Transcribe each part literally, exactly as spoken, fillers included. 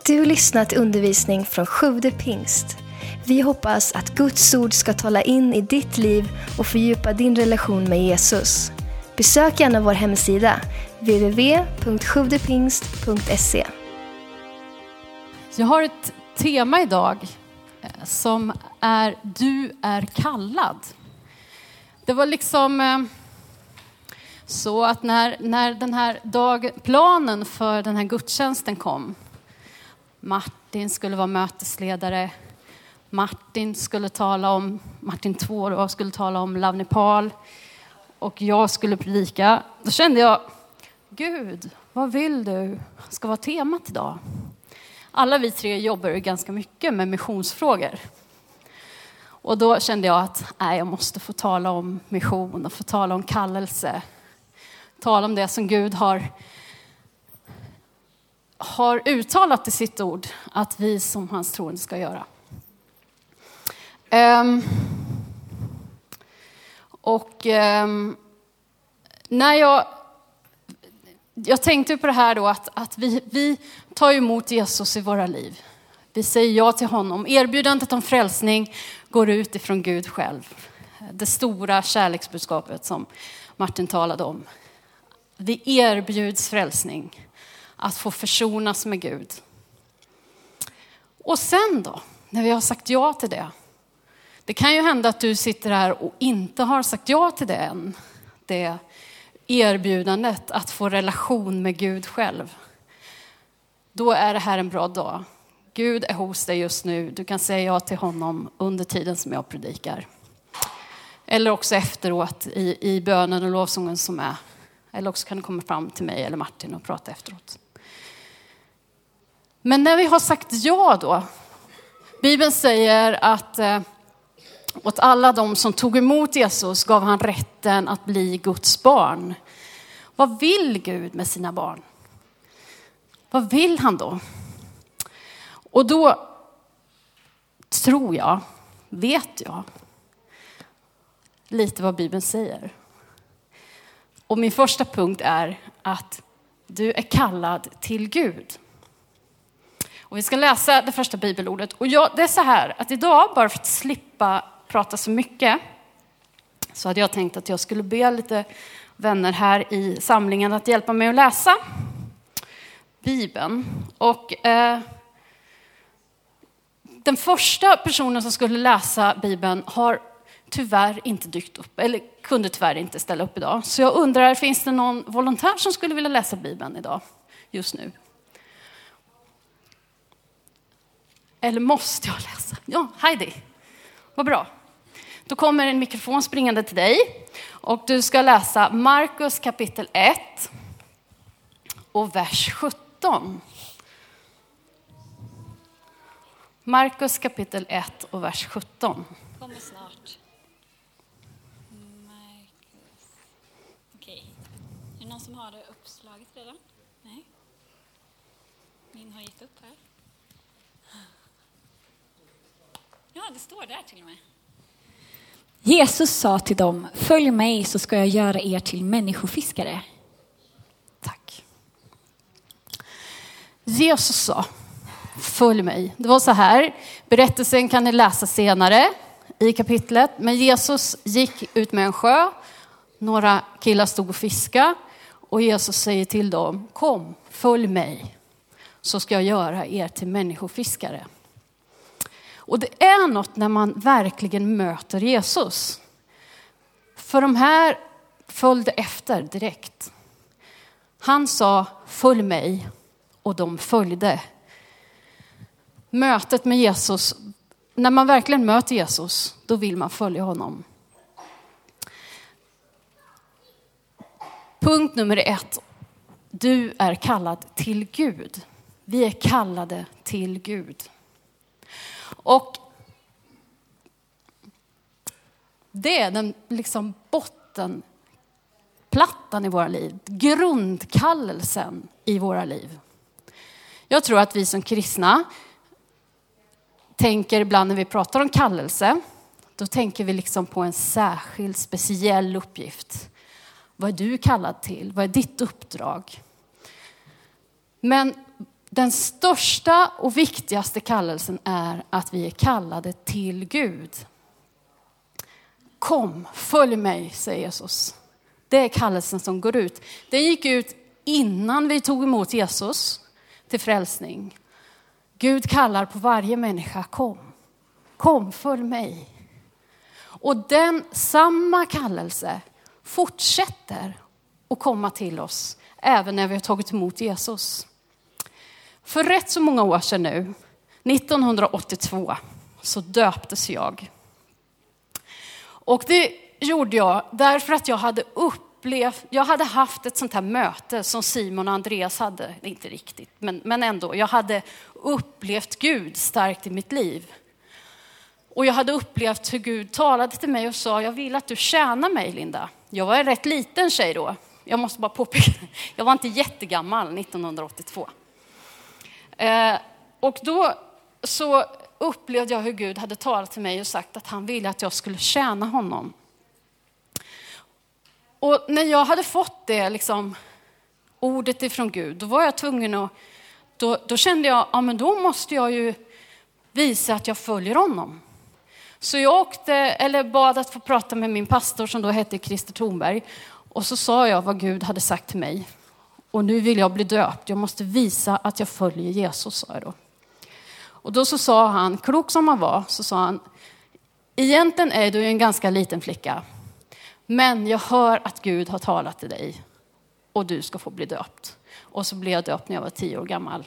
Du har lyssnat till undervisning från Sjude Pingst. Vi hoppas att Guds ord ska tala in i ditt liv och fördjupa din relation med Jesus. Besök gärna vår hemsida w w w punkt sjuvdepingst punkt se. Jag har ett tema idag som är Du är kallad. Det var liksom eh, så att när, när den här dag, planen för den här gudstjänsten kom. Martin skulle vara mötesledare. Martin skulle tala om, Martin två då, skulle tala om Love Nepal. Och jag skulle predika. Då kände jag, Gud, vad vill du ska vara temat idag? Alla vi tre jobbar ju ganska mycket med missionsfrågor. Och då kände jag att nej, jag måste få tala om mission och få tala om kallelse. Tala om det som Gud har, har uttalat i sitt ord att vi som hans troende ska göra. Um, och um, när jag jag tänkte på det här då att, att vi, vi tar emot Jesus i våra liv. Vi säger ja till honom. Erbjudandet om frälsning går ut ifrån Gud själv. Det stora kärleksbudskapet som Martin talade om. Vi erbjuds frälsning. Att få försonas med Gud. Och sen då, när vi har sagt ja till det. Det kan ju hända att du sitter här och inte har sagt ja till det än. Det erbjudandet att få relation med Gud själv. Då är det här en bra dag. Gud är hos dig just nu. Du kan säga ja till honom under tiden som jag predikar. Eller också efteråt i, i bönen och lovsången som är. Eller också kan du komma fram till mig eller Martin och prata efteråt. Men när vi har sagt ja då. Bibeln säger att eh, åt alla de som tog emot Jesus gav han rätten att bli Guds barn. Vad vill Gud med sina barn? Vad vill han då? Och då tror jag, vet jag, lite vad Bibeln säger. Och min första punkt är att du är kallad till Gud. Och vi ska läsa det första bibelordet. Och jag, det är så här att idag, bara för att slippa prata så mycket, så hade jag tänkt att jag skulle be lite vänner här i samlingen att hjälpa mig att läsa Bibeln. Och eh, den första personen som skulle läsa Bibeln har tyvärr inte dykt upp, eller kunde tyvärr inte ställa upp idag. Så jag undrar, finns det någon volontär som skulle vilja läsa Bibeln idag, just nu? Eller måste jag läsa? Ja, Heidi. Vad bra. Då kommer en mikrofon springande till dig. Och du ska läsa Markus kapitel ett och vers sjutton. Markus kapitel ett och vers sjutton. Kommer snart. Markus. Okej. Är det någon som har det uppslaget redan? Nej. Min har gett upp här. Ja, det står där till och med. Jesus sa till dem, följ mig så ska jag göra er till människofiskare. Tack. Jesus sa, följ mig. Det var så här, berättelsen kan ni läsa senare i kapitlet. Men Jesus gick ut med en sjö, några killar stod och fiskade. Och Jesus säger till dem, kom, följ mig. Så ska jag göra er till människofiskare. Och det är något när man verkligen möter Jesus. För de här följde efter direkt. Han sa, följ mig, och de följde. Mötet med Jesus, när man verkligen möter Jesus, då vill man följa honom. Punkt nummer ett. Du är kallad till Gud. Vi är kallade till Gud. Och det är den liksom bottenplattan i våra liv. Grundkallelsen i våra liv. Jag tror att vi som kristna tänker ibland när vi pratar om kallelse. Då tänker vi liksom på en särskild speciell uppgift. Vad är du kallad till? Vad är ditt uppdrag? Men den största och viktigaste kallelsen är att vi är kallade till Gud. Kom, följ mig, säger Jesus. Det är kallelsen som går ut. Den gick ut innan vi tog emot Jesus till frälsning. Gud kallar på varje människa, kom. Kom, följ mig. Och den samma kallelse fortsätter att komma till oss även när vi har tagit emot Jesus. För rätt så många år sedan nu, nittonhundraåttiotvå, så döptes jag. Och det gjorde jag därför att jag hade upplevt, jag hade haft ett sånt här möte som Simon och Andreas hade, inte riktigt, men, men ändå. Jag hade upplevt Gud starkt i mitt liv. Och jag hade upplevt hur Gud talade till mig och sa, jag vill att du tjänar mig, Linda. Jag var en rätt liten tjej då. Jag måste bara påpeka, jag var inte jättegammal nittonhundraåttiotvå. Eh, och då så upplevde jag hur Gud hade talat till mig och sagt att han ville att jag skulle tjäna honom. Och när jag hade fått det liksom, ordet ifrån Gud, då var jag tvungen att, då, då kände jag, ja men då måste jag ju visa att jag följer honom. Så jag åkte, eller bad att få prata med min pastor som då hette Christer Thornberg. Och så sa jag vad Gud hade sagt till mig. Och nu vill jag bli döpt. Jag måste visa att jag följer Jesus, sa jag då. Och då så sa han, klok som han var, så sa han, egentligen är du en ganska liten flicka. Men jag hör att Gud har talat till dig. Och du ska få bli döpt. Och så blev jag döpt när jag var tio år gammal.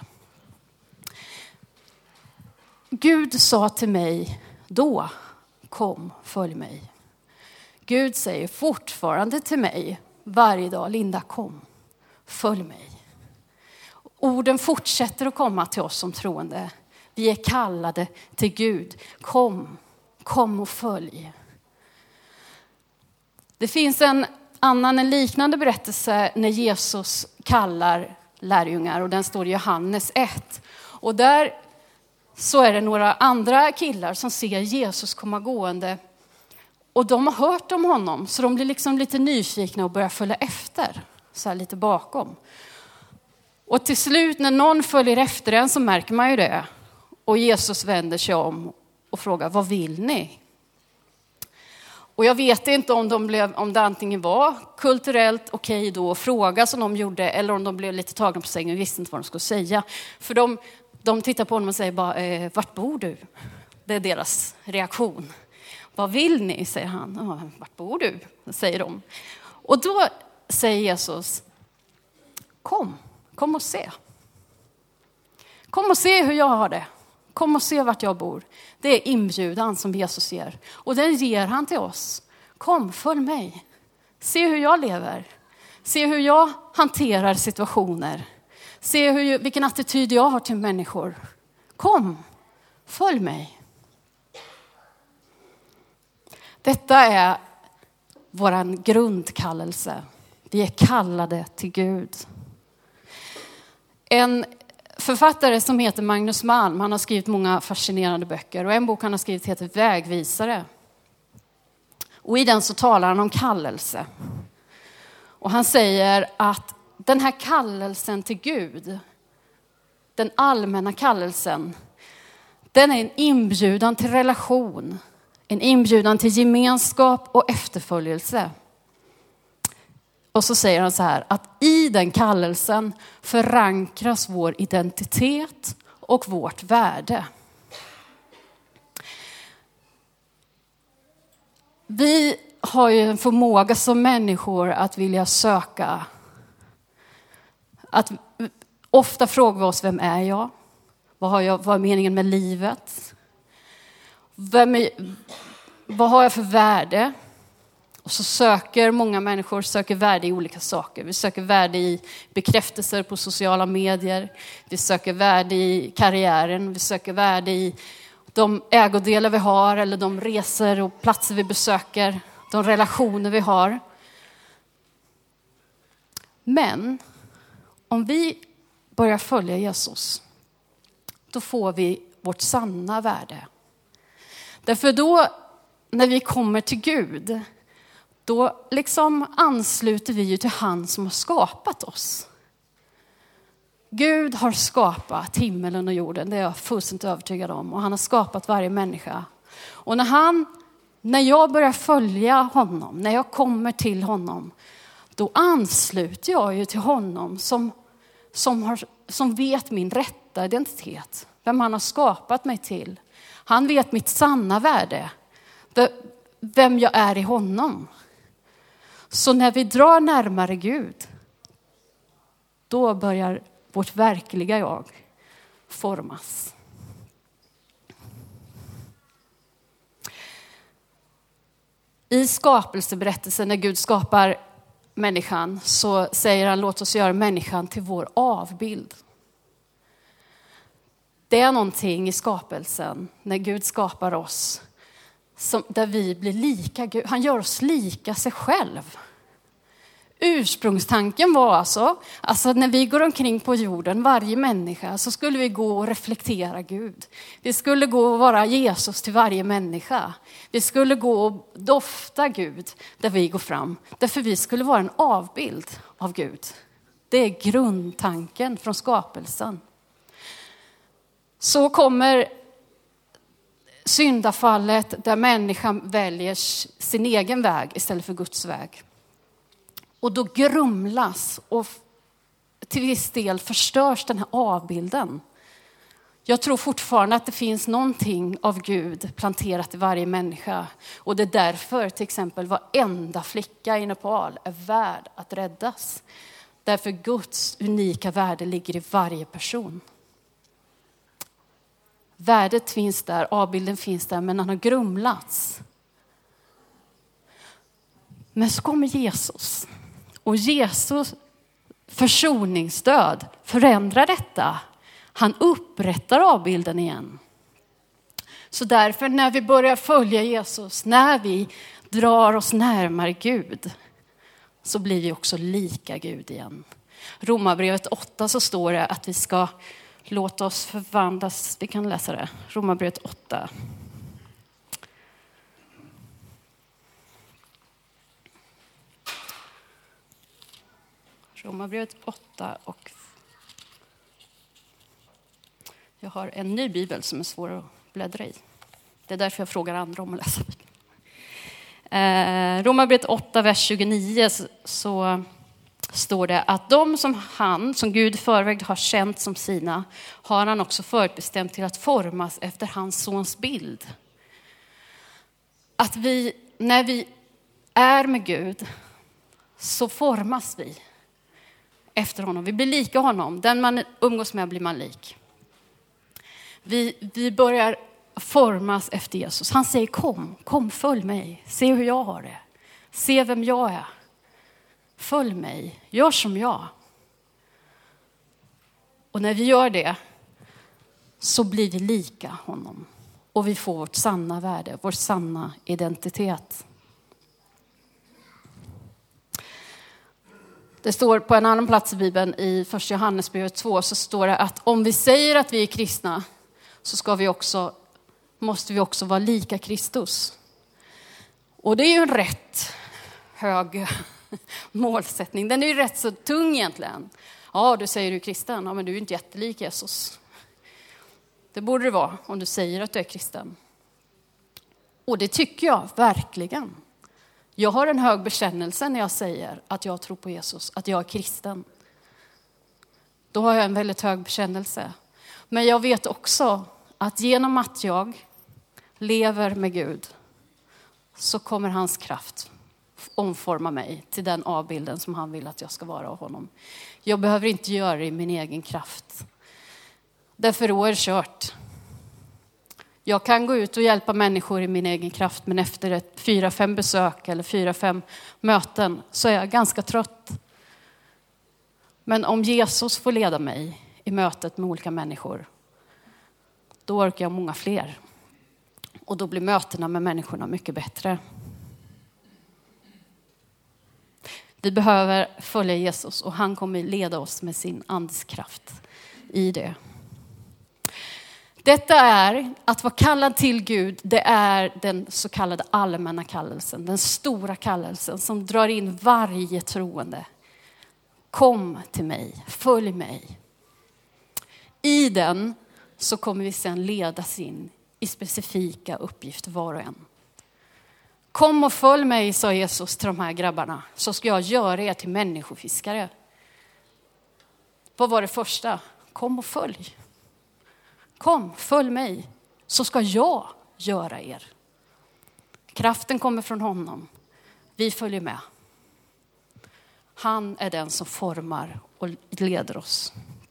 Gud sa till mig då, kom, följ mig. Gud säger fortfarande till mig varje dag, Linda, kom, följ mig. Orden fortsätter att komma till oss som troende. Vi är kallade till Gud. Kom, kom och följ. Det finns en annan, en liknande berättelse när Jesus kallar lärjungar. Och den står i Johannes ett. Och där så är det några andra killar som ser Jesus komma gående. Och de har hört om honom. Så de blir liksom lite nyfikna och börjar följa efter. Så här lite bakom. Och till slut när någon följer efter en så märker man ju det. Och Jesus vänder sig om och frågar, vad vill ni? Och jag vet inte om, de blev, om det antingen var kulturellt okej okay då att fråga som de gjorde. Eller om de blev lite tagna på sängen och visste inte vad de skulle säga. För de, de tittar på honom och säger bara, eh, vart bor du? Det är deras reaktion. Vad vill ni, säger han. Ja, vart bor du? Säger de. Och då säger Jesus, kom, kom och se. Kom och se hur jag har det. Kom och se vart jag bor. Det är inbjudan som Jesus ger. Och den ger han till oss. Kom, följ mig. Se hur jag lever. Se hur jag hanterar situationer. Se hur, vilken attityd jag har till människor. Kom, följ mig. Detta är våran grundkallelse. Vi är kallade till Gud. En författare som heter Magnus Malm, han har skrivit många fascinerande böcker. Och en bok han har skrivit heter Vägvisare. Och i den så talar han om kallelse. Och han säger att den här kallelsen till Gud, den allmänna kallelsen, den är en inbjudan till relation. En inbjudan till gemenskap och efterföljelse. Och så säger han så här, att i den kallelsen förankras vår identitet och vårt värde. Vi har ju en förmåga som människor att vilja söka. Att ofta frågar vi oss, vem är jag? Vad har jag, vad är meningen med livet? Vem är, vad har jag för värde? Och så söker många människor söker värde i olika saker. Vi söker värde i bekräftelser på sociala medier. Vi söker värde i karriären. Vi söker värde i de ägodelar vi har eller de resor och platser vi besöker. De relationer vi har. Men om vi börjar följa Jesus, då får vi vårt sanna värde. Därför då, när vi kommer till Gud, då liksom ansluter vi ju till han som har skapat oss. Gud har skapat himmelen och jorden, det är jag fullständigt övertygad om. Och han har skapat varje människa. Och när, han, när jag börjar följa honom, när jag kommer till honom, då ansluter jag ju till honom som, som, har, som vet min rätta identitet. Vem han har skapat mig till. Han vet mitt sanna värde. Vem jag är i honom. Så när vi drar närmare Gud, då börjar vårt verkliga jag formas. I skapelseberättelsen när Gud skapar människan så säger han, låt oss göra människan till vår avbild. Det är någonting i skapelsen när Gud skapar oss som, där vi blir lika Gud. Han gör oss lika sig själv. Ursprungstanken var alltså, alltså när vi går omkring på jorden, varje människa, så skulle vi gå och reflektera Gud. Vi skulle gå och vara Jesus till varje människa. Vi skulle gå och dofta Gud där vi går fram. Därför vi skulle vara en avbild av Gud. Det är grundtanken från skapelsen. Så kommer syndafallet där människan väljer sin egen väg istället för Guds väg. Och då grumlas och till viss del förstörs den här avbilden. Jag tror fortfarande att det finns någonting av Gud planterat i varje människa. Och det är därför till exempel varenda flicka i Nepal är värd att räddas. Därför Guds unika värde ligger i varje person. Värdet finns där, avbilden finns där, men han har grumlats. Men så kommer Jesus. Och Jesus försoningsdöd förändrar detta. Han upprättar avbilden igen. Så därför när vi börjar följa Jesus, när vi drar oss närmare Gud, så blir vi också lika Gud igen. Romarbrevet åtta så står det att vi ska låta oss förvandlas. Vi kan läsa det. Romarbrevet åtta. Romarbrevet åtta och jag har en ny bibel som är svår att bläddra i. Det är därför jag frågar andra om att läsa bibeln. Eh, Romarbrevet åtta, vers tjugonio så, så står det att de som han, som Gud förväg har känt som sina, har han också förutbestämt till att formas efter hans sons bild. Att vi, när vi är med Gud, så formas vi efter honom. Vi blir lika honom. Den man umgås med blir man lik. Vi, vi börjar formas efter Jesus. Han säger kom, kom följ mig. Se hur jag har det. Se vem jag är. Följ mig, gör som jag. Och när vi gör det så blir vi lika honom. Och vi får vårt sanna värde, vår sanna identitet. Det står på en annan plats i Bibeln, i första Johannesbrevet två, så står det att om vi säger att vi är kristna så ska vi också, måste vi också vara lika Kristus. Och det är ju en rätt hög målsättning. Den är ju rätt så tung egentligen. Ja, du säger du är kristen. Ja, men du är ju inte jättelik Jesus. Det borde det vara om du säger att du är kristen. Och det tycker jag verkligen. Jag har en hög bekännelse när jag säger att jag tror på Jesus, att jag är kristen. Då har jag en väldigt hög bekännelse. Men jag vet också att genom att jag lever med Gud så kommer hans kraft omforma mig till den avbilden som han vill att jag ska vara av honom. Jag behöver inte göra det i min egen kraft. Därför då är det kört. Jag kan gå ut och hjälpa människor i min egen kraft, men efter ett fyra, fem besök eller fyra, fem möten så är jag ganska trött. Men om Jesus får leda mig i mötet med olika människor, då orkar jag många fler. Och då blir mötena med människorna mycket bättre. Vi behöver följa Jesus och han kommer leda oss med sin andes kraft i det. Detta är att vara kallad till Gud, det är den så kallade allmänna kallelsen. Den stora kallelsen som drar in varje troende. Kom till mig, följ mig. i den så kommer vi sen ledas in i specifika uppgifter var och en. Kom och följ mig, sa Jesus till de här grabbarna, så ska jag göra er till människofiskare. Vad var det första? Kom och följ. Kom, följ mig, så ska jag göra er. Kraften kommer från honom. Vi följer med. Han är den som formar och leder oss.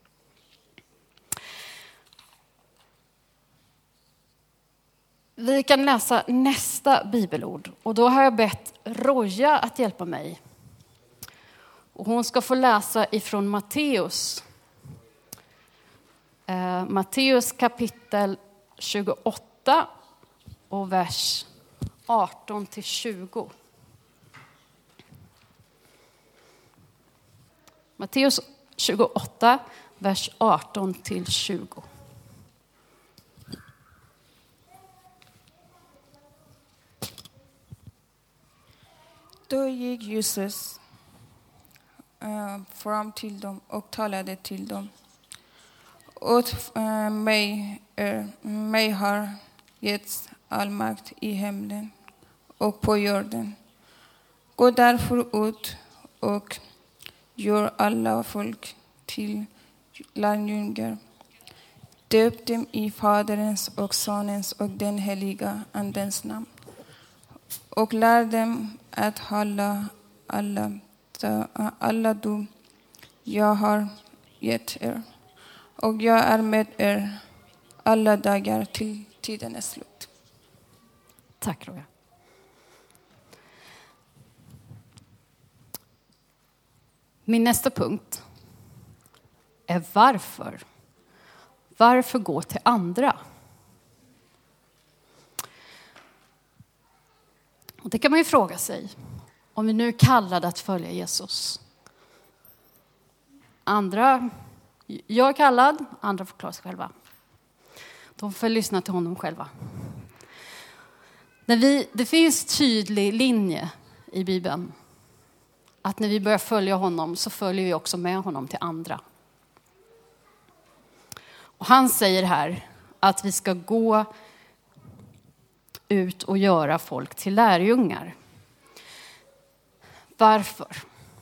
Vi kan läsa nästa bibelord. Och då har jag bett Roja att hjälpa mig. Och hon ska få läsa ifrån Matteus. Eh, Matteus kapitel tjugoåtta och vers arton till tjugo. Matteus tjugoåtta, vers arton till tjugo. Då gick Jesus uh, fram till dem och talade till dem. Åt uh, mig, er, mig har getts all makt i himlen och på jorden. Gå därför ut och gör alla folk till lärjungar. Döp dem i Faderns och Sonens och den heliga Andens namn. Och lär dem att hålla alla, alla du jag har gett er. Och jag är med er alla dagar till tiden är slut. Tack, Roja. Min nästa punkt är varför. Varför gå till andra? Och det kan man ju fråga sig. Om vi nu är kallade att följa Jesus. Andra, jag är kallad, andra får klara sig själva. De får lyssna till honom själva. När vi, det finns tydlig linje i Bibeln. Att när vi börjar följa honom så följer vi också med honom till andra. Och han säger här att vi ska gå ut och göra folk till lärjungar. Varför?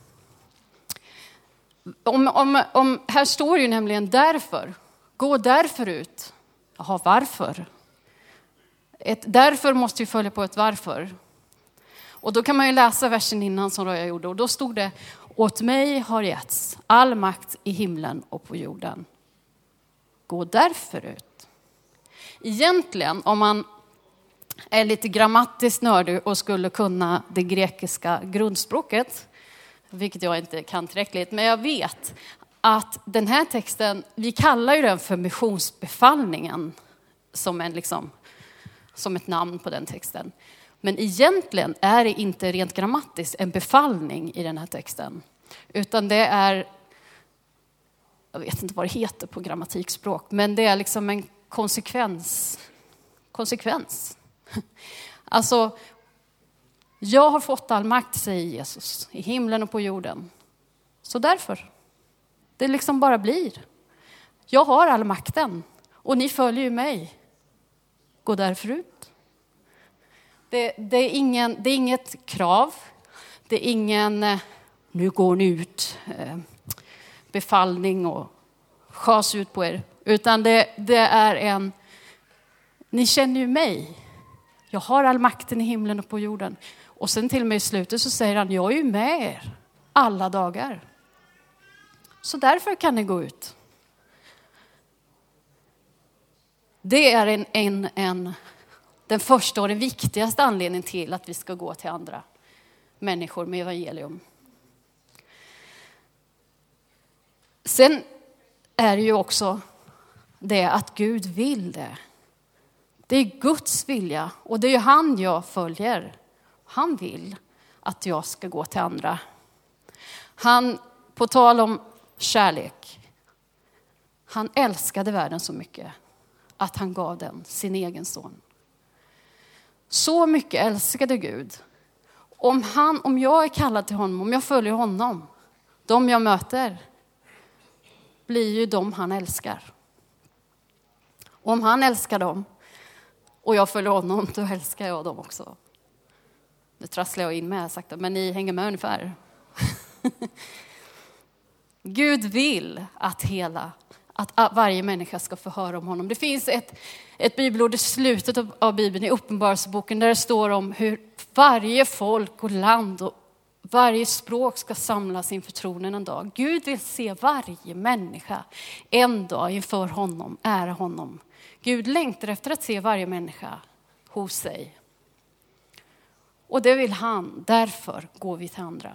Om, om, om, här står ju nämligen därför. Gå därför ut. Jaha, varför? Ett därför måste ju följa på ett varför. Och då kan man ju läsa versen innan som jag gjorde. Och då stod det: åt mig har getts all makt i himlen och på jorden. Gå därför ut. Egentligen, om man är lite grammatiskt nördig och skulle kunna det grekiska grundspråket, vilket jag inte kan tillräckligt, men jag vet att den här texten, vi kallar ju den för missionsbefallningen som, en, liksom, som ett namn på den texten. Men egentligen är det inte rent grammatiskt en befallning i den här texten, utan det är, jag vet inte vad det heter på grammatikspråk, men det är liksom en konsekvens. Konsekvens. Alltså, jag har fått all makt, säger Jesus, i himlen och på jorden. Så därför. Det liksom bara blir. Jag har all makten och ni följer ju mig. Gå därför ut. Det, det, är ingen, det är inget krav. Det är ingen, nu går ni ut, befallning och schas ut på er. Utan det, det är en, ni känner ju mig. Jag har all makten i himlen och på jorden. Och sen till och med i slutet så säger han, jag är ju med er alla dagar. Så därför kan ni gå ut. Det är en, en, en, den första och den viktigaste anledningen till att vi ska gå till andra människor med evangelium. Sen är det ju också det att Gud vill det. Det är Guds vilja och det är ju han jag följer. Han vill att jag ska gå till andra. Han, på tal om kärlek, han älskade världen så mycket att han gav den sin egen son. Så mycket älskade Gud. Om, han, om jag är kallad till honom, om jag följer honom, de jag möter blir ju de han älskar. Och om han älskar dem och jag följer honom, då älskar jag dem också. Det trasslar jag in med sakta, men ni hänger med ungefär. Gud vill att hela, att varje människa ska få höra om honom. Det finns ett, ett bibelord i slutet av, av Bibeln, i Uppenbarelseboken, där det står om hur varje folk och land och varje språk ska samlas inför tronen en dag. Gud vill se varje människa en dag inför honom, ära honom. Gud längtar efter att se varje människa hos sig. Och det vill han, därför går vi till andra.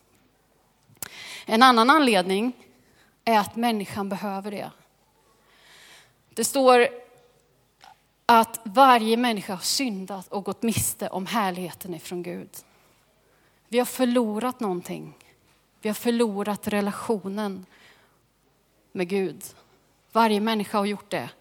En annan anledning är att människan behöver det. Det står att varje människa har syndat och gått miste om härligheten ifrån Gud. Vi har förlorat någonting. Vi har förlorat relationen med Gud. Varje människa har gjort det.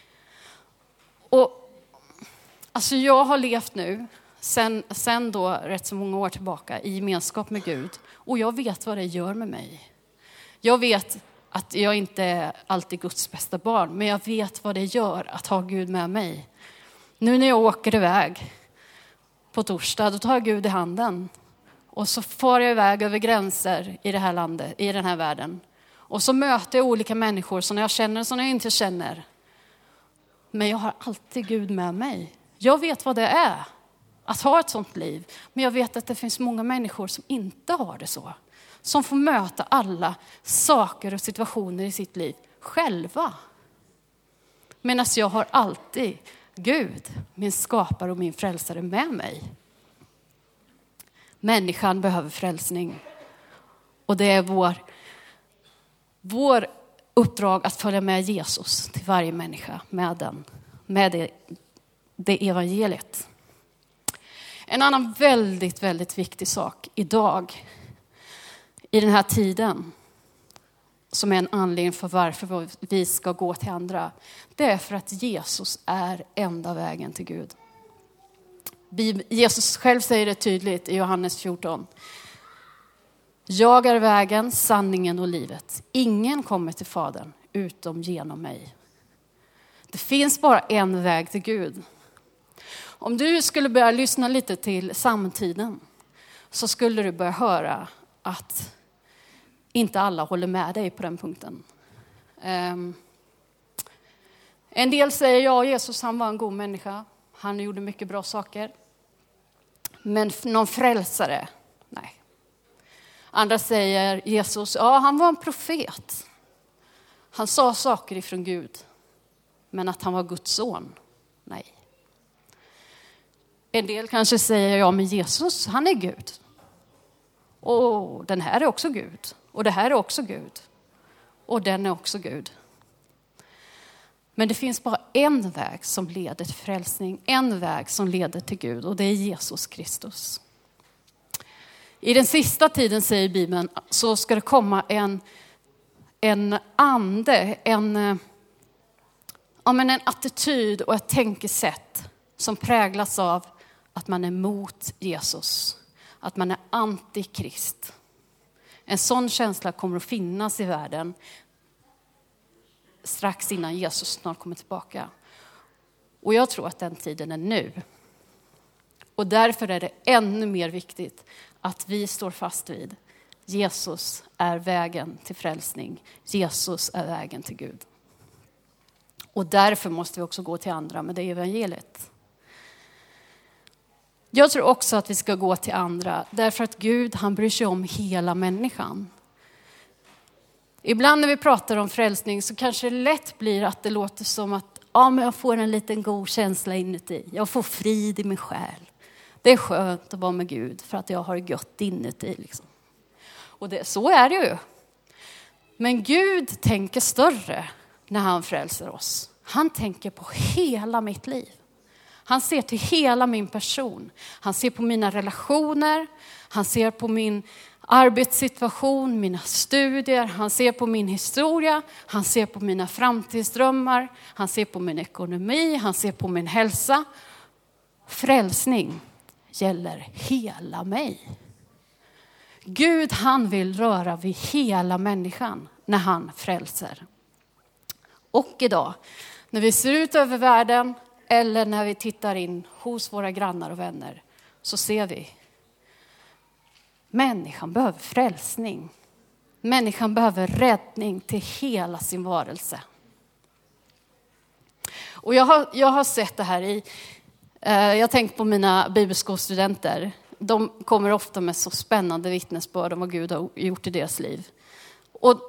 Och alltså jag har levt nu sen, sen då rätt så många år tillbaka i gemenskap med Gud. Och jag vet vad det gör med mig. Jag vet att jag inte är alltid Guds bästa barn. Men jag vet vad det gör att ha Gud med mig. Nu när jag åker iväg på torsdag, då tar jag Gud i handen. Och så far jag iväg över gränser i det här landet, i den här världen. Och så möter jag olika människor som jag känner och som jag inte känner. Men jag har alltid Gud med mig. Jag vet vad det är att ha ett sånt liv. Men jag vet att det finns många människor som inte har det så. Som får möta alla saker och situationer i sitt liv själva. Medan jag har alltid Gud, min skapare och min frälsare med mig. Människan behöver frälsning. Och det är vår, vår uppdrag att följa med Jesus till varje människa med den. Med det, det evangeliet. En annan väldigt, väldigt viktig sak idag. I den här tiden. Som är en anledning för varför vi ska gå till andra. Det är för att Jesus är enda vägen till Gud. Jesus själv säger det tydligt i Johannes fjorton. Jag är vägen, sanningen och livet. Ingen kommer till Fadern utom genom mig. Det finns bara en väg till Gud. Om du skulle börja lyssna lite till samtiden så skulle du börja höra att inte alla håller med dig på den punkten. Um, en del säger ja, Jesus han var en god människa. Han gjorde mycket bra saker. Men någon frälsare? Nej. Andra säger Jesus, ja han var en profet. Han sa saker ifrån Gud. Men att han var Guds son? Nej. En del kanske säger, ja men Jesus han är Gud. Och den här är också Gud. Och det här är också Gud. Och den är också Gud. Men det finns bara en väg som leder till frälsning. En väg som leder till Gud. Och det är Jesus Kristus. I den sista tiden, säger Bibeln, så ska det komma en, en ande. En, ja, men en attityd och ett tänkesätt som präglas av att man är mot Jesus. Att man är antikrist. En sån känsla kommer att finnas i världen strax innan Jesus snart kommer tillbaka. Och jag tror att den tiden är nu. Och därför är det ännu mer viktigt att vi står fast vid Jesus är vägen till frälsning. Jesus är vägen till Gud. Och därför måste vi också gå till andra med det evangeliet. Jag tror också att vi ska gå till andra därför att Gud han bryr sig om hela människan. Ibland när vi pratar om frälsning så kanske det lätt blir att det låter som att ja, men jag får en liten god känsla inuti. Jag får frid i min själ. Det är skönt att vara med Gud för att jag har gött inuti. Liksom. Och det, så är det ju. Men Gud tänker större när han frälser oss. Han tänker på hela mitt liv. Han ser till hela min person. Han ser på mina relationer. Han ser på min arbetssituation, mina studier. Han ser på min historia. Han ser på mina framtidsdrömmar. Han ser på min ekonomi. Han ser på min hälsa. Frälsning gäller hela mig. Gud han vill röra vid hela människan när han frälser. Och idag När vi ser ut över världen eller när vi tittar in hos våra grannar och vänner så ser vi människan behöver frälsning. Människan behöver räddning till hela sin varelse. Och jag har, jag har sett det här i, eh, jag tänker på mina bibelskolstudenter. De kommer ofta med så spännande vittnesbörd om vad Gud har gjort i deras liv. Och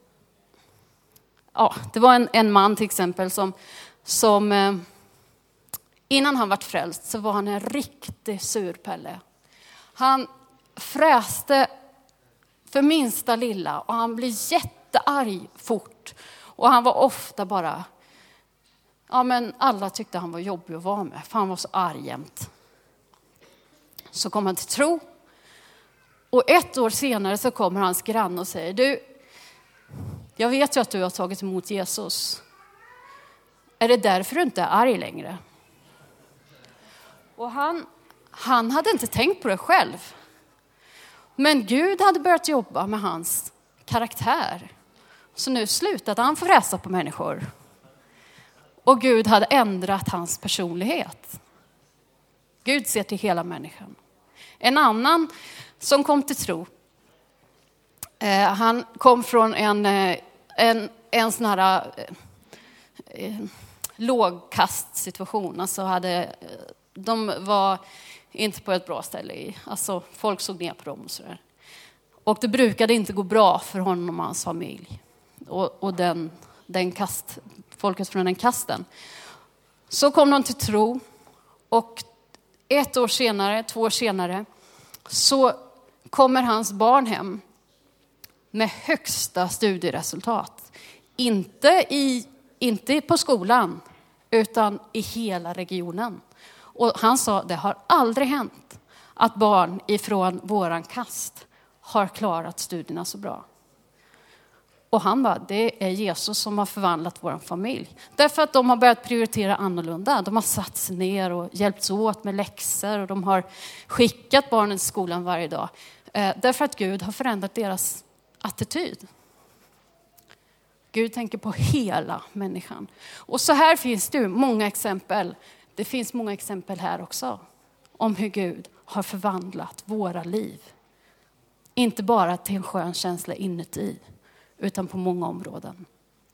ja, det var en, en man till exempel som, som eh, innan han vart frälst så var han en riktig surpelle. Han fräste för minsta lilla och han blev jättearg fort. Och han var ofta bara, ja men alla tyckte han var jobbig att vara med för han var så arg jämt. Så kom han till tro. Och ett år senare så kommer hans granne och säger, du, jag vet ju att du har tagit emot Jesus. Är det därför du inte är arg längre? Och han, han hade inte tänkt på det själv. Men Gud hade börjat jobba med hans karaktär. Så nu slutade han fräsa på människor. Och Gud hade ändrat hans personlighet. Gud ser till hela människan. En annan som kom till tro. Eh, han kom från en, en, en sån här eh, lågkastsituation. Alltså hade, de var inte på ett bra ställe. I, alltså folk såg ner på dem och sådär. Och det brukade inte gå bra för honom och hans familj. Och, och den, den kast, folket från den kasten. Så kom de till tro. Och ett år senare, två år senare, så kommer hans barn hem med högsta studieresultat. Inte, i, inte på skolan, utan i hela regionen. Och han sa, det har aldrig hänt att barn ifrån våran kast har klarat studierna så bra. Och han bara, det är Jesus som har förvandlat vår familj. Därför att de har börjat prioritera annorlunda. De har satt sig ner och hjälpts åt med läxor. Och de har skickat barnen till skolan varje dag. Eh, därför att Gud har förändrat deras attityd. Gud tänker på hela människan. Och så här finns det många exempel. Det finns många exempel här också. Om hur Gud har förvandlat våra liv. Inte bara till en skön känsla inuti. Utan på många områden.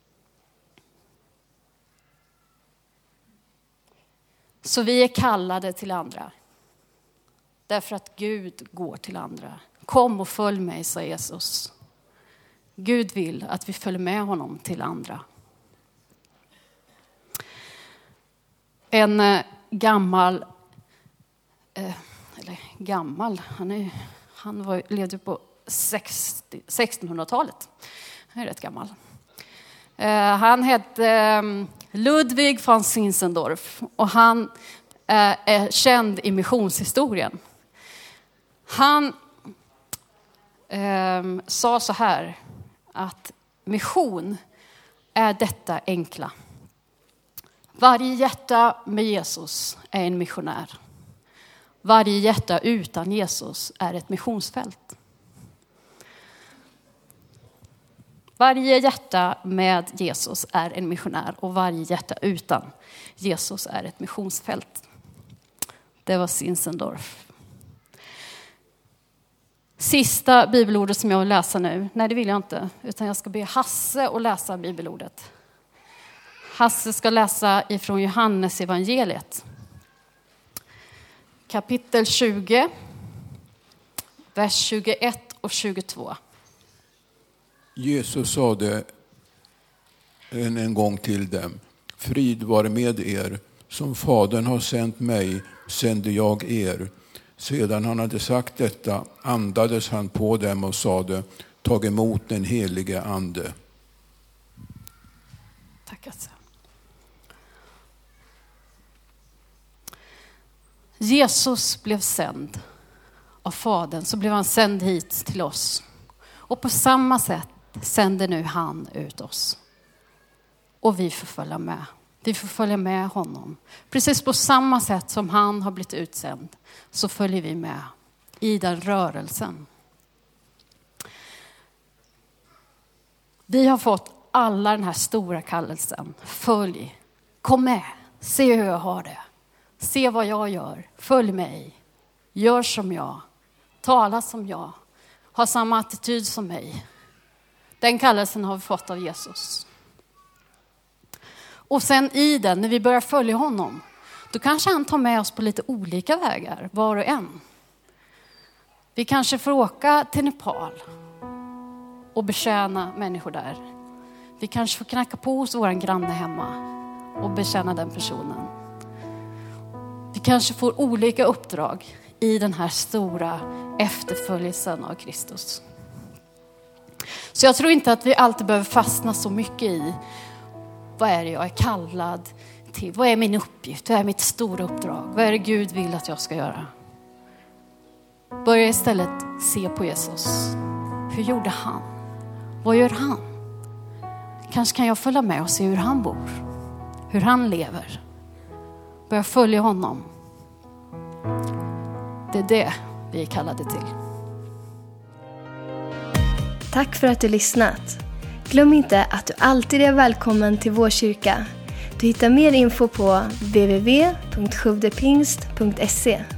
Så vi är kallade till andra. Därför att Gud går till andra. Kom och följ mig, sa Jesus. Gud vill att vi följer med honom till andra. En eh, gammal, eh, eller gammal, han, är, han var, levde på sextio, sextonhundratalet. Han är rätt gammal. Eh, han hette eh, Ludwig von Zinzendorf och han eh, är känd i missionshistorien. Han eh, sa så här att mission är detta enkla. Varje hjärta med Jesus är en missionär. Varje hjärta utan Jesus är ett missionsfält. Varje hjärta med Jesus är en missionär och varje hjärta utan Jesus är ett missionsfält. Det var Zinzendorf. Sista bibelordet som jag vill läsa nu. Nej, det vill jag inte. Utan jag ska be Hasse att läsa bibelordet. Hasse ska läsa ifrån Johannes evangeliet. Kapitel tjugo. Vers tjugoett och tjugotvå. Jesus sade en, en gång till dem. Frid vare med er. Som Fadern har sänt mig sände jag er. Sedan han hade sagt detta andades han på dem och sade, tag emot den helige ande. Tack alltså. Jesus blev sänd av Fadern, så blev han sänd hit till oss. Och på samma sätt sänder nu han ut oss. Och vi får följa med. Vi får följa med honom. Precis på samma sätt som han har blivit utsänd så följer vi med i den rörelsen. Vi har fått alla den här stora kallelsen. Följ Kom med, se hur jag har det. Se vad jag gör, följ mig. Gör som jag, tala som jag. Ha samma attityd som mig. Den kallelsen har vi fått av Jesus. Och sen i den, när vi börjar följa honom, då kanske han tar med oss på lite olika vägar, var och en. Vi kanske får åka till Nepal och betjäna människor där. Vi kanske får knacka på hos vår granne hemma och betjäna den personen. Vi kanske får olika uppdrag i den här stora efterföljelsen av Kristus. Så jag tror inte att vi alltid behöver fastna så mycket i vad är det jag är kallad till? Vad är min uppgift? Vad är mitt stora uppdrag? Vad är det Gud vill att jag ska göra? Börja istället se på Jesus. Hur gjorde han? Vad gör han? Kanske kan jag följa med och se hur han bor. Hur han lever. Börja följa honom. Det är det vi är kallade till. Tack för att du lyssnat. Glöm inte att du alltid är välkommen till vår kyrka. Du hittar mer info på w w w punkt skövdepingst punkt se.